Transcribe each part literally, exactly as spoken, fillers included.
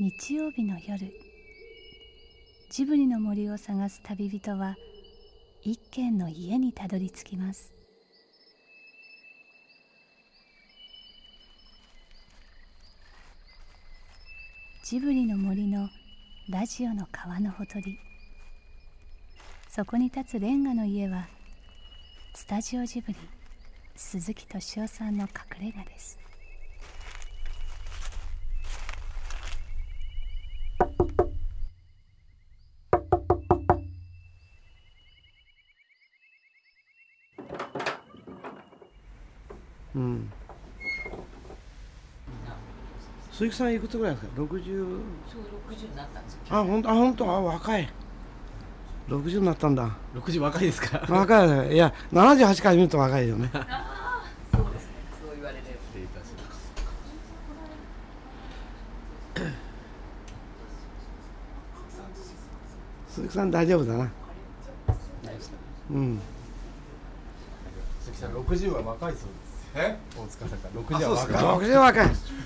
日曜日の夜、ジブリの森を探す旅人は一軒の家にたどり着きます。ジブリの森のラジオの川のほとり、そこに立つレンガの家はスタジオジブリ鈴木敏夫さんの隠れ家です。 うん、鈴木さんいくつぐらいですか？ろくじゅう。 そうろくじゅうになったんですよ。 あ、本当、あ、本当、あ、若い。ろくじゅうになったんだ。 ろくじゅう若いですか？ 若いね。いや、ななじゅうはちから見ると若いよね。 ああ、そうですね。そう言われる。失礼いたします。 鈴木さん大丈夫だな。 大丈夫ですか？ うん。 鈴木さんろくじゅうは若いそうです。え？大塚さんからろくじゅうは若い。 ろくじゅう若い。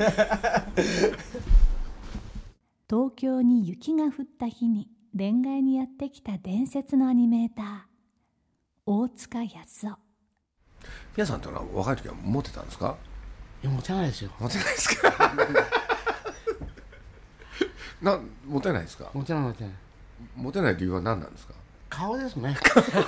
東京に雪が降った日に恋愛にやってきた伝説のアニメーター大塚康夫。 皆さんというのは若い時はモテたんですか？ いや、モテないですよ。 モテないですか？な、モテないですか？ モテない、モテない。 モテない理由は何なんですか？ 顔ですね。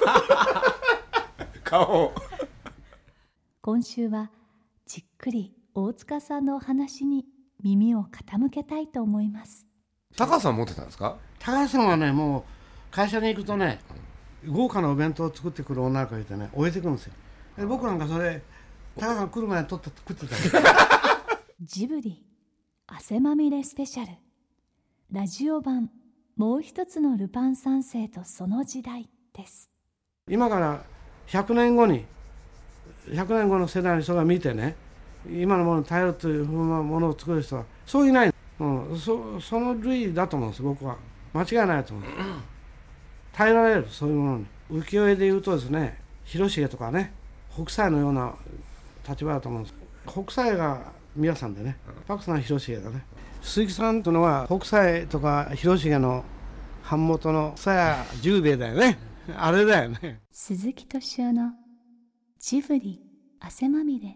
顔。 今週はじっくり大塚さんのお話に耳を傾けたいと思います。 高橋さんモテたんですか？ 高橋さんはね、もう会社に行くとね、豪華なお弁当を作ってくる女の子がいてね、置いてくるんですよ。で、僕なんかそれ高橋さん来る前に取って食ってた。 ジブリ汗まみれスペシャルラジオ版もう一つのルパン三世とその時代です。 今からひゃくねんごにひゃくねんごの世代の人が見てね、今のものに頼るというふうなものを作る人はそういない、うん、そ, その類だと思うんです。僕は間違いないと思う。耐えられる、そういうものに。浮世絵でいうとですね、広重とかね、北斎のような立場だと思うんです。北斎が宮さんでね、パクさんは広重だね。鈴木さんというのは北斎とか広重の版元の鞘十兵衛だよね。あれだよね。 鈴木敏夫のジブリ汗まみれ。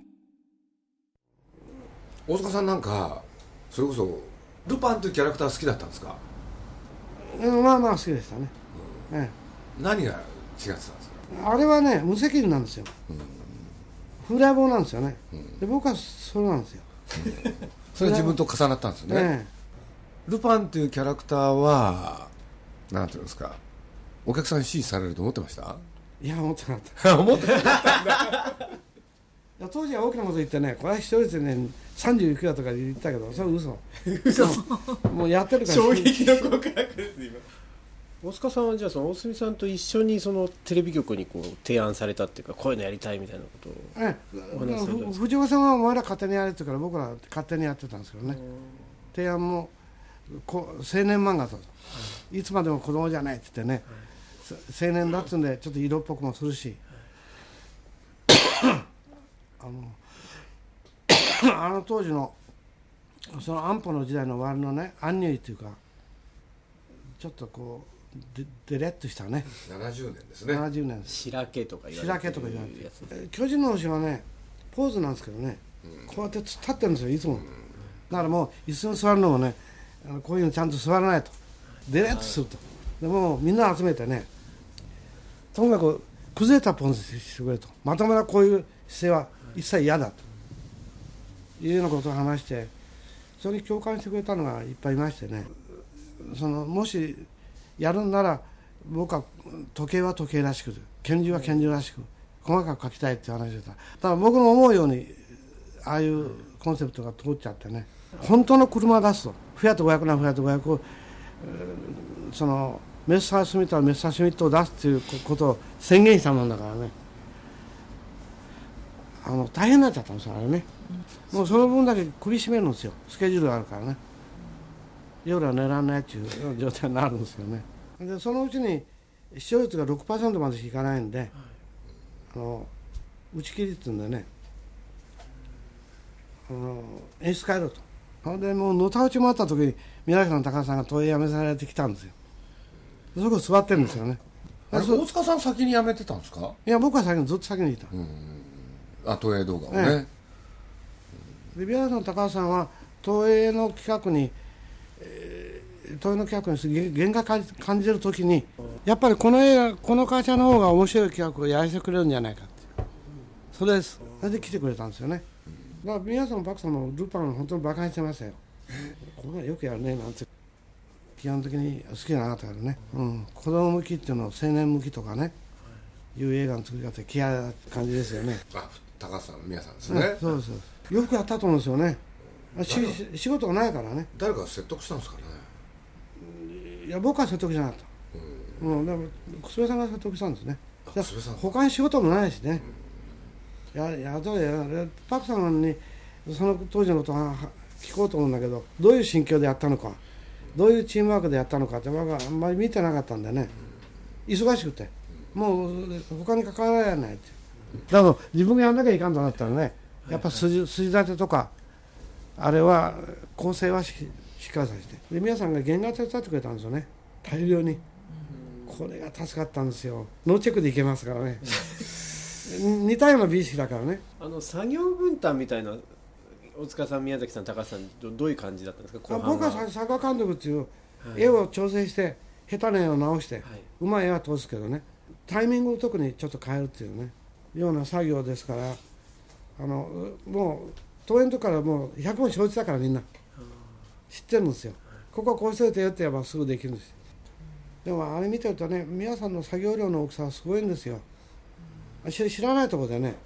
大塚さんなんかそれこそルパンというキャラクター好きだったんですか？ うん、まあまあ好きでしたね、うん、ええ、何が違ってたんですか？ あれはね、無責任なんですよ、うん、風来坊なんですよね、うん、で僕はそれなんですよ、 うん、それ自分と重なったんですよね、ええ、ルパンというキャラクターはなんていうんですか、お客さんに支持されると思ってました？ いや、思ってなかった思ってなかったんだ。 当時は大きなこと言ってね、これは一人でねさんじゅういくらとか言ったけど、それは嘘嘘もうやってるから。 衝撃の告白です今。大塚さんはじゃあその大隅さんと一緒にそのテレビ局にこう提案されたっていうか、こういうのやりたいみたいなことをええ、お話しされたんですか？藤岡さんはお前ら勝手にやれって言うから僕ら勝手にやってたんですけどね。提案もこ青年漫画と、はい、いつまでも子供じゃないって言ってね、はい、青年だっつうんでちょっと色っぽくもするし、はい、あのあの当時のその安保の時代の終わりのね、アンニュイというかちょっとこうでデレッとしたね、 ななじゅうねんですね。 ななじゅうねん白毛とか言われてる白毛とか言われてる。巨人の星はねポーズなんですけどね、うん、こうやって立ってるんですよいつも、うん、だからもう椅子に座るのもね、あのこういうのちゃんと座らないとデレッとすると。でもみんな集めてね、とにかく崩れたポーズしてくれと、まともなこういう姿勢は一切嫌だというようなことを話して、それに共感してくれたのがいっぱいいましてね、そのもしやるんなら僕は時計は時計らしく、拳銃は拳銃らしく細かく描きたいっていう話でした。ただ僕の思うようにああいうコンセプトが通っちゃってね、本当の車を出すと、フィアットごひゃくならフィアットごひゃくを、そのメッサーシュミットはメッサーシュミットを出すっていうことを宣言したもんだからね、あの大変になっちゃったんですよあれね、うん、もうその分だけ首絞めるんですよ、スケジュールがあるからね、夜は寝らんないっていう状態になるんですよね。でそのうちに視聴率が ろくパーセント までしかいかないんで、はい、あの打ち切りっていうんでね、あの演出変えろと、 ほんでもうのたうち回った時に宮崎さん高橋さんが東映辞めされてきたんですよ。そこ座ってるんですよね。 あれ大塚さん先に辞めてたんですか？ いや僕は先にずっと先にいた、うん、 あ東映動画をね、 ええ、で宮崎さん高橋さんは東映の企画に、えー、東映の企画に限界感じる時にやっぱりこの映画この会社の方が面白い企画をやらせてくれるんじゃないかって、それです。それで来てくれたんですよね。だから皆さんもパクさんもルパン本当に馬鹿にしてましたよ。こんなのよくやるねなんて基本的に好きだなとかね、うん、子供向きっていうのを青年向きとかね、いう映画の作り方で気合いな感じですよね。 あ高橋さん宮さんですね、 うん、そうです。よくやったと思うんですよね。し仕事がないからね。 誰か説得したんですかね。 いや僕は説得じゃなかった、うんうん、でも楠部さんが説得したんですね。他に仕事もないしね、うん、ややどうやパクさんにその当時のことは聞こうと思うんだけど、どういう心境でやったのか、どういうチームワークでやったのかって僕はあんまり見てなかったんでね、忙しくてもう他に関わらないって、だから自分がやんなきゃいかんとなったらね、やっぱ筋、筋立てとかあれは構成はししっかりさせて、で皆さんが原画手伝ってくれたんですよね、大量に。これが助かったんですよ。ノーチェックでいけますからね似たような美意識だからね。 あの作業分担みたいな大塚さん宮崎さん高橋さん ど, どういう感じだったんですか？後半は僕は作画監督っていう絵を調整して下手な絵を直して、はい、うまい絵は通すけどね、タイミングを特にちょっと変えるっていうねような作業ですから、あのもう東映の時からもうひゃくも承知だからみんな知ってるんですよ。ここはこうしといてよって言えばすぐできるんですよ。でもあれ見てるとね、皆さんの作業量の大きさはすごいんですよ。知らないところでね、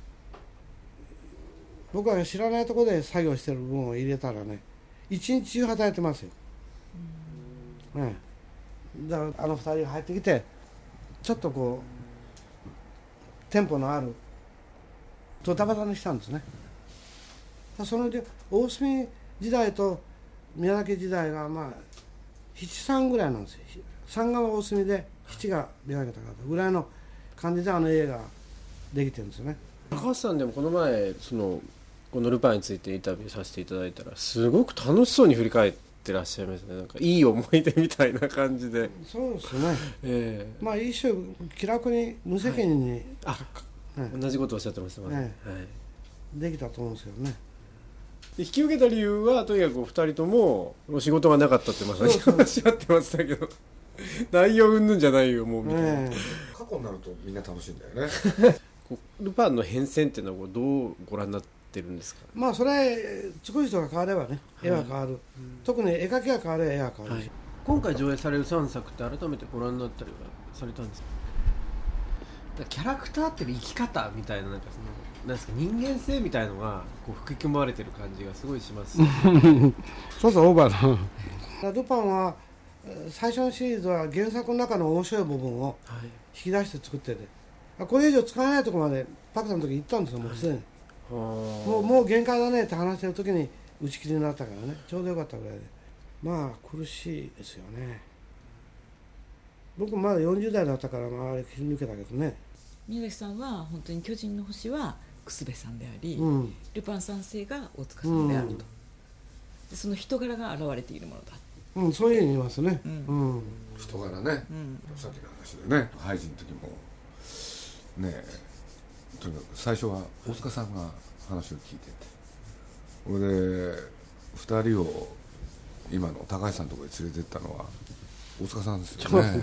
僕は知らないところで作業してる分を入れたらね、一日中働いてますよ、ね、だからあのふたりが入ってきてちょっとこうテンポのあるドタバタにしたんですね。そので大隅時代と宮崎時代がまあななさんぐらいなんですよ。さんが大隅でななが宮崎だからぐらいの感じであの映画できてるんですよね。 高橋さんでもこの前そのこのルパンについてインタビューさせていただいたらすごく楽しそうに振り返ってらっしゃいますね。なんかいい思い出みたいな感じで。 そうですね、えー、まあ一種気楽に無責任に、はい、あ、 はい、同じことをおっしゃってました、ね、はい、 できたと思うんですよね。 で引き受けた理由はとにかくお二人ともお仕事がなかったってまさにおっしゃってましたけど内容うんぬんじゃないよもうみたいな、えー、過去になるとみんな楽しいんだよねルパンの変遷っていうのはどうご覧になってるんですか？ まあそれ作る人が変わればね絵は変わる、はい、うん、特に絵描きが変われば絵は変わる、はい、 今回上映されるさんさくって改めてご覧になったりはされたんですか？キャラクターっていう生き方みたいな、なんかそのなんですか、人間性みたいのがこう吹き込まれてる感じがすごいしますそうそうオーバーだルパンは最初のシリーズは原作の中の面白い部分を引き出して作ってて、はい、これ以上使えないところまでパクさんの時行ったんですよ。もうすでに、はい、もう、もう限界だねって話してる時に打ち切りになったからね、ちょうどよかったぐらいで、まあ苦しいですよね。僕まだよんじゅう代だったから、まあ、あれ切り抜けたけどね。 宮崎さんは本当に巨人の星は楠部さんであり、うん、ルパン三世が大塚さんであると、うん、でその人柄が現れているものだ、 うん、そういうふうに言いますね、うんうん、人柄ね、うん、さっきの話でね、ハイジの時もねえ、とにかく最初は大塚さんが話を聞いてて、それでふたりを今の高橋さんのところに連れてったのは大塚さんですよね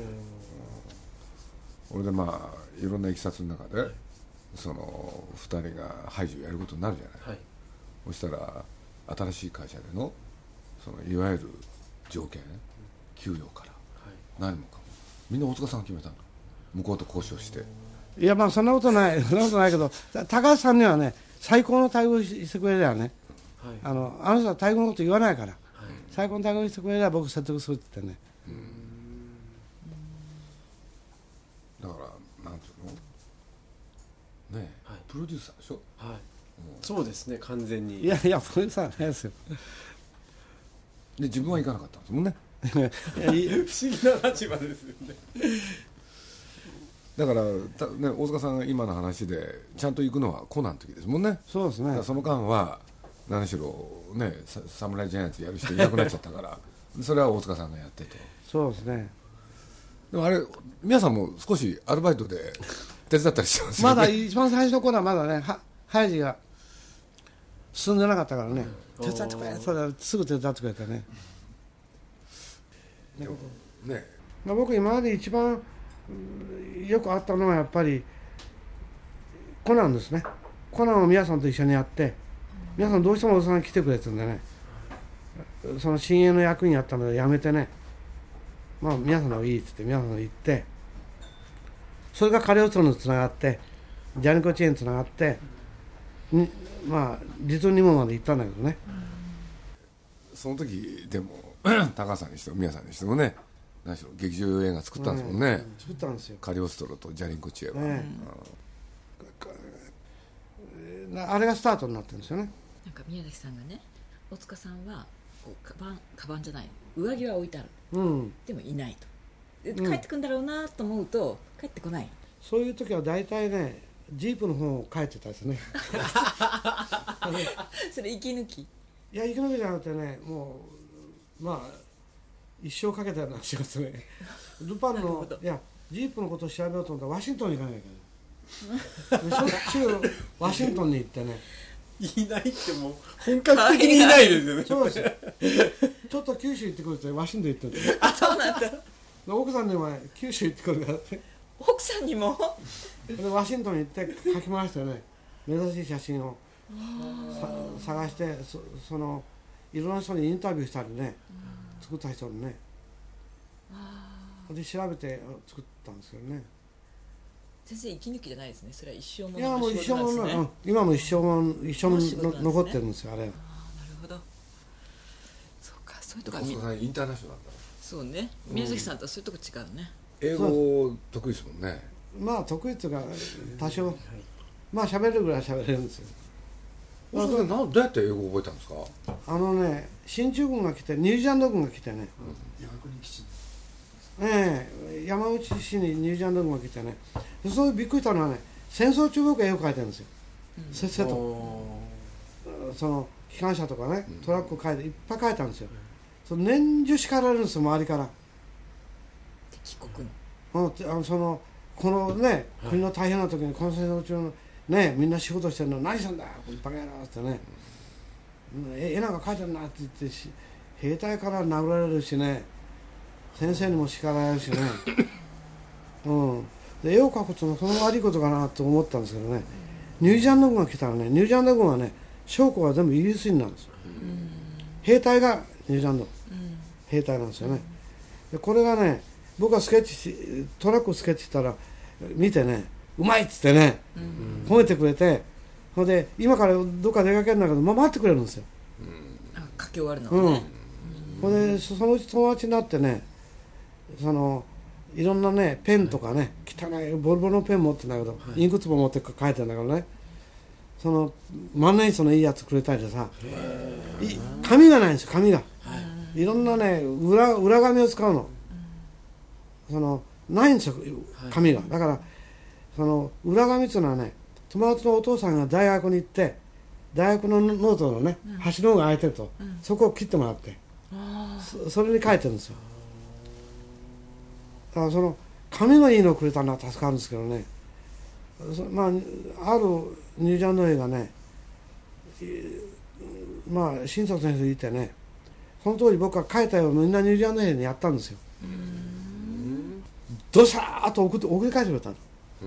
それでまあいろんないきさつの中で、はい、そのふたりがハイジをやることになるじゃない、はい、そしたら新しい会社でのそのいわゆる条件、給与から、はい、何もかもみんな大塚さんが決めたの、向こうと交渉して。 いやまあそんなことないそんなことないけど、高橋さんにはね最高の待遇してくれればね、はい、あのあの人は待遇のこと言わないから、はい、最高の待遇してくれれば僕説得するって言ってね、うん、 だからなんていうのねえ、はい、プロデューサーでしょ、はい、うん、 そうですね、完全に。 いやいやプロデューサーないですよで自分は行かなかったんですもんね不思議な立場ですよねだからた、ね、大塚さんが今の話でちゃんと行くのはコナンの時ですもんね。 そうですね。 その間は何しろねササムライジャイアンツやる人いなくなっちゃったからそれは大塚さんがやってと。 そうですね。 でもあれ皆さんも少しアルバイトで手伝ったりしてますよね。 まだ一番最初の頃はまだねはハイジが進んでなかったからね、手伝ってくれ、それすぐ手伝ってくれたね。 でもね、 まあ、僕今まで一番よくあったのはやっぱりコナンですね。コナンを皆さんと一緒にやって皆さんどうしても大塚さん来てくれてるんでね、その新鋭の役員やったので辞めてね、まあ皆さんのいいって言って皆さんの行って、それがカレオストロにつながってジャニコチェーンにつながってにまあリトルニモまで行ったんだけどね。 その時でも高橋さんにしても宮さんにしてもね、何しろ劇場映画作ったんですもんね、 うん、作ったんですよ。 カリオストロとジャリンコチエは、 ねうん、あれがスタートになってるんですよね。 なんか宮崎さんがね、大塚さんはこうカバンカバンじゃない上着は置いてある、 うん、 でもいないと、で帰ってくんだろうなと思うと帰ってこない。 そういう時は大体ねジープの方を帰ってたですねそれ息抜き？ いや息抜きじゃなくてね、もうまあ一生かけたような仕事ねルパンのいやジープのことを調べようと思ったらワシントンに行かないからしょっちゅうワシントンに行ってねいないってもう本格的にいないですよね。 そうですよちょっと九州行ってくるってワシントン行ってるんですよ。 あ、そうなんだ。 奥さんにも九州行ってくるから奥さんにもでワシントンに行って書き回してね、珍しい写真を探して そ, そのいろんな人にインタビューしたりね、作った人にねで調べて作ったんですけどね。 先生息抜きじゃないですね。それは一生もいやもうのの仕一生もの、 事なんですね。 うん、今も一生も一生もの仕事なんですね残ってるんですよあれは。 ああ、なるほど。そうか、そういうとこ大は見塚さんインターナショナルだ。 そうね、宮崎さんとはそういうとこ違うね。 英語得意ですもんね。 まあ得意っていうか多少まあ喋るぐらい喋れるんですよ。 大塚さんなどうやって英語覚えたんですか？ あのね進駐軍が来てニュージーランド軍が来てね、うん、ええ山内市にニュージーランド軍が来てね、そういうびっくりしたのはね、戦争中僕は絵を描いてるんですよ、うん、せっせとその機関車とかねトラックを描いていっぱい描いたんですよ。その年中叱られるんですよ周りから。 敵国のあのそのこのね国の大変な時にこの戦争中のねみんな仕事してるの何したんだバカ野郎ってね、絵なんか描いてるなって言ってし兵隊から殴られるしね、先生にも叱られるしねうん、で絵を描くとその悪いことかなと思ったんですけどね、ニュージーランド軍が来たらね、ニュージーランド軍はね将校は全部イギリス人なんですよ、兵隊がニュージーランド兵隊なんですよね。でこれがね僕はスケッチしトラックをスケッチしたら見てねうまいっつってね、うん、褒めてくれて、それで今からどっか出かけるんだけど、まあ、待ってくれるんですよ、 うん、あ書き終わるのがね、 うん、それでそのうち友達になってね、そのいろんなねペンとかね汚いボロボロのペン持ってんだけど、はい、インクつぼ持って書いてんだけどね、その万年筆のいいやつくれたりでさ、紙がないんですよ紙が、はい、いろんなね 裏, 裏紙を使うの、そのないんですよ紙が、だからその裏紙っていうのはね、友達のお父さんが大学に行って大学のノートのね、うん、端の方が空いてると、うん、そこを切ってもらって そ, それに書いてるんですよ。だからその紙のいいのをくれたのは助かるんですけどね、まあ、あるニュージャンド映画ね、まあ新作先生いてね、その当時僕が書いたようなみんなニュージャンド映画にやったんですよ。どさーっと送って送り返してくれたの。うん、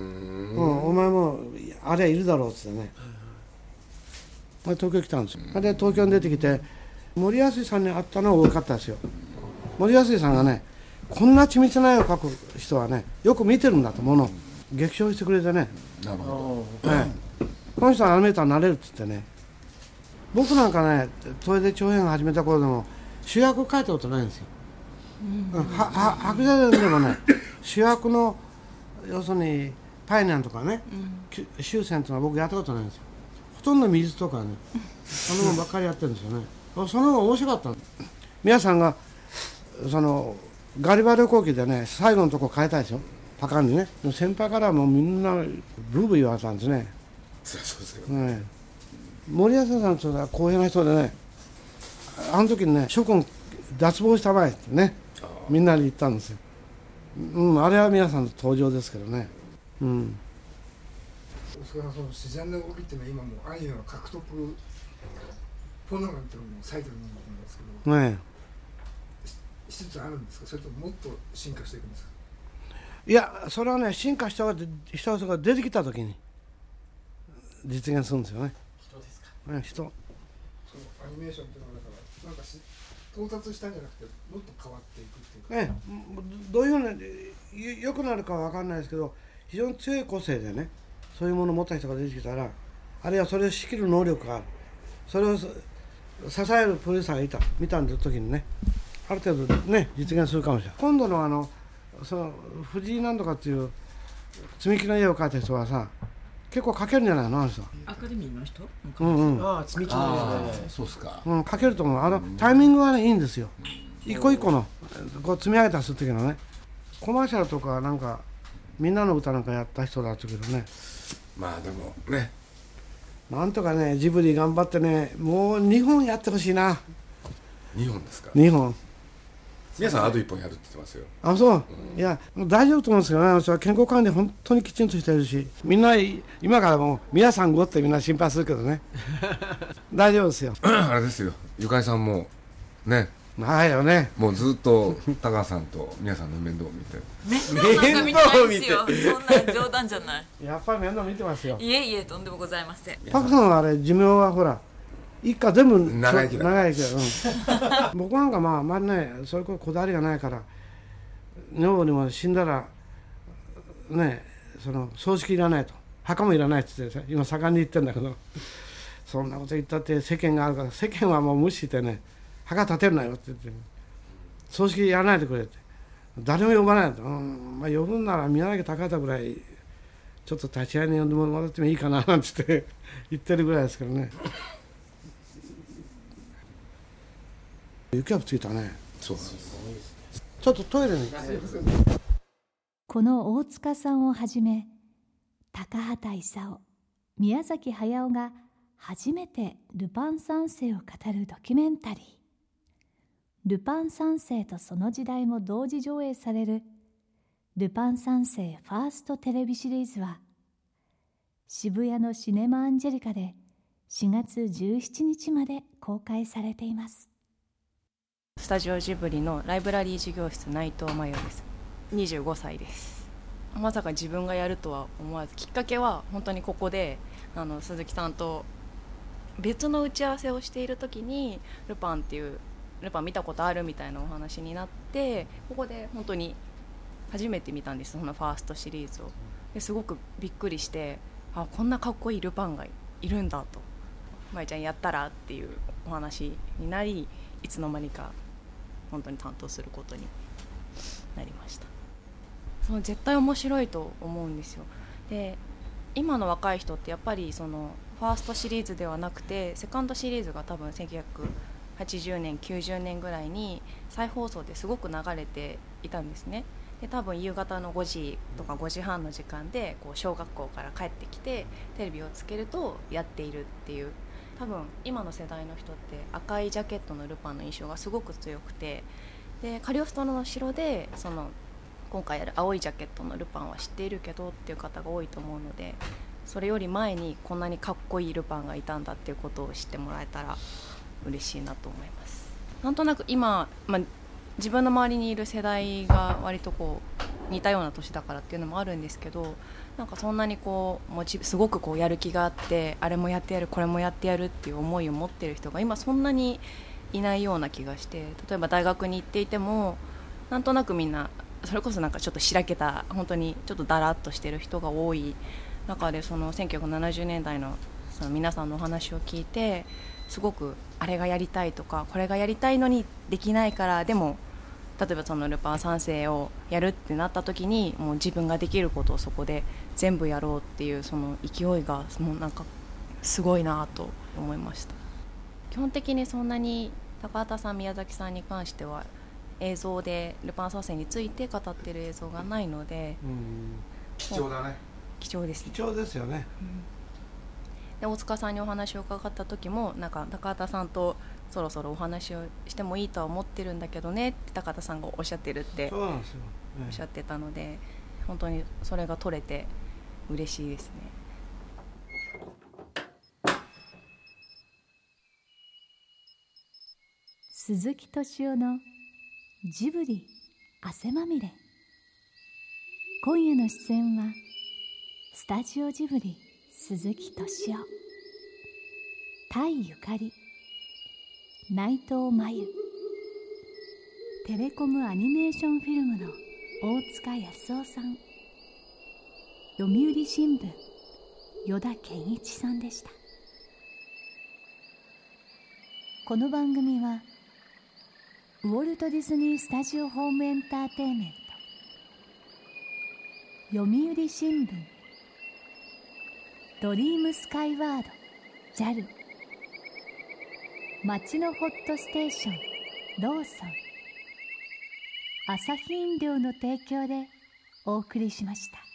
うん、お前もあれはいるだろうっつってね、はいはい、東京来たんですよ。で東京に出てきて森安さんに会ったのが多かったですよ。森安さんがね、こんな緻密な絵を描く人はねよく見てるんだと、ものを激賞してくれてね、なるほど、ね、この人はアニメーターになれるっつってね、僕なんかね東映で長編を始めた頃でも主役描いたことないんですよ、うん、はは白蛇伝でもね主役の要するにパイニャンとかね、うん、終戦というのは僕やったことないんですよ。ほとんど水とかねそのものばっかりやってるんですよねその方が面白かったんです。皆さんがそのガリバ旅行記でね最後のとこ変えたでしょ、パカンにね。先輩からもうみんなブーブー言われたんですね。 そうですよ、 ね、 森保さんというのは公平な人でね、あの時にね、諸君脱帽したまえってね、みんなに言ったんですよ。うん、あれは皆さんの登場ですけどね。うん。 それはその自然の動きっていうのは今もうアニメの獲得ポノなんていうのも最たるものだと思うんですけど、 ねえ、しつつあるんですか、それとももっと進化していくんですか。 いや、それはね、進化した人が出てきた時に実現するんですよね。 人ですか。 ね、人。 そのアニメーションっていうのはだからなんかし到達したんじゃなくてもっと変わっていくっていうか、 ね、どういうふうに良くなるかは分かんないですけど、非常に強い個性でね、そういうものを持った人が出てきたら、あるいはそれを仕切る能力がある、それを支えるプロデューサーがいたみたいな時にね、ある程度ね実現するかもしれない。今度のあのその藤井なんとかっていう積み木の絵を描いた人はさ、結構描けるんじゃないの、あの人。 アカデミーの人、 うんうん、 ああ積み木のですね。 そうっすか。 うん、描けると思う。あのタイミングはねいいんですよ。一個一個のこう積み上げたりする時のね、コマーシャルとかなんかみんなの歌なんかやった人だったけどね。 まあでもね、 なんとかねジブリ頑張ってね、もうにほんやってほしいな。 にほんですか。 にほん。 皆さんあといっぽんやるって言ってますよ。 あ、そう、いや大丈夫と思うんですけどね、私は健康管理本当にきちんとしてるし、みんな今からもう皆さんごってみんな心配するけどね大丈夫ですよあれですよ、ゆかいさんもね、 はいよね、 もうずっと高橋さんと皆さんの面倒を見て面倒なんか見てないですよ。そんな冗談じゃない。 やっぱり面倒見てますよ。 いえいえ、とんでもございません。 パクさんはあれ寿命はほら一家全部長生きだ長生きだ、うん、僕なんかまああんまりねそれこそこだわりがないから、女房にも死んだらねその葬式いらないと、墓もいらないって言って今盛んに言ってるんだけど、そんなこと言ったって世間があるから、世間はもう無視してね、墓建てるなよって言って、葬式やらないでくれって、誰も呼ばないと、うん、まあ、呼ぶんなら宮崎高畑ぐらいちょっと立ち会いに呼んでもらってもいいかななんて言って言ってるぐらいですけどね。雪がついたね。 そうなんです。 ちょっとトイレに。 この大塚さんをはじめ高畑勲、宮崎駿が初めてルパン三世を語るドキュメンタリー、ルパン三世とその時代も同時上映されるルパン三世ファーストテレビシリーズは渋谷のシネマアンジェリカでしがつじゅうしちにちまで公開されています。 スタジオジブリのライブラリー事業室内藤真代です。にじゅうごさいです。まさか自分がやるとは思わず、きっかけは本当にここであの鈴木さんと別の打ち合わせをしている時にルパンっていうルパン見たことあるみたいなお話になって、ここで本当に初めて見たんです、そのファーストシリーズを。ですごくびっくりして、あ、こんなかっこいいルパンがいるんだと、まいちゃんやったらっていうお話になり、いつの間にか本当に担当することになりました。その絶対面白いと思うんですよ。で、今の若い人ってやっぱりそのファーストシリーズではなくてセカンドシリーズが多分せんきゅうひゃくはちじゅうねんきゅうじゅうねんぐらいに再放送ですごく流れていたんですね。で、多分夕方のごじとかごじはんの時間でこう小学校から帰ってきてテレビをつけるとやっているっていう、多分今の世代の人って赤いジャケットのルパンの印象がすごく強くて、でカリオストロの城でその今回やる青いジャケットのルパンは知っているけどっていう方が多いと思うので、それより前にこんなにかっこいいルパンがいたんだっていうことを知ってもらえたら嬉しいなと思います。なんとなく今、まあ、自分の周りにいる世代が割とこう似たような年だからっていうのもあるんですけど、なんかそんなにこうもちすごくこうやる気があって、あれもやってやるこれもやってやるっていう思いを持ってる人が今そんなにいないような気がして、例えば大学に行っていてもなんとなくみんなそれこそなんかちょっとしらけた本当にちょっとだらっとしてる人が多い中で、そのせんきゅうひゃくななじゅうねんだい の, その皆さんのお話を聞いて、すごくあれがやりたいとかこれがやりたいのにできないから、でも例えばそのルパン三世をやるってなった時にもう自分ができることをそこで全部やろうっていうその勢いがもうなんかすごいなと思いました。基本的にそんなに高畑さん宮崎さんに関しては映像でルパン三世について語ってる映像がないので、 うん、 貴重だね。 貴重ですね。 貴重ですよね。 で大塚さんにお話を伺った時もなんか高畑さんとそろそろお話をしてもいいとは思ってるんだけどねって高畑さんがおっしゃってるってそうなんですよ、 おっしゃってたので、本当にそれが取れて嬉しいですね。 鈴木敏夫のジブリ汗まみれ。今夜の出演はスタジオジブリ鈴木敏夫、タイゆかり、内藤真由、テレコムアニメーションフィルムの大塚康夫さん、読売新聞依田健一さんでした。この番組はウォルト・ディズニー・スタジオ・ホーム・エンターテインメント、読売新聞、ドリームスカイワード ジャル、街のホットステーションローソン、アサヒ飲料の提供でお送りしました。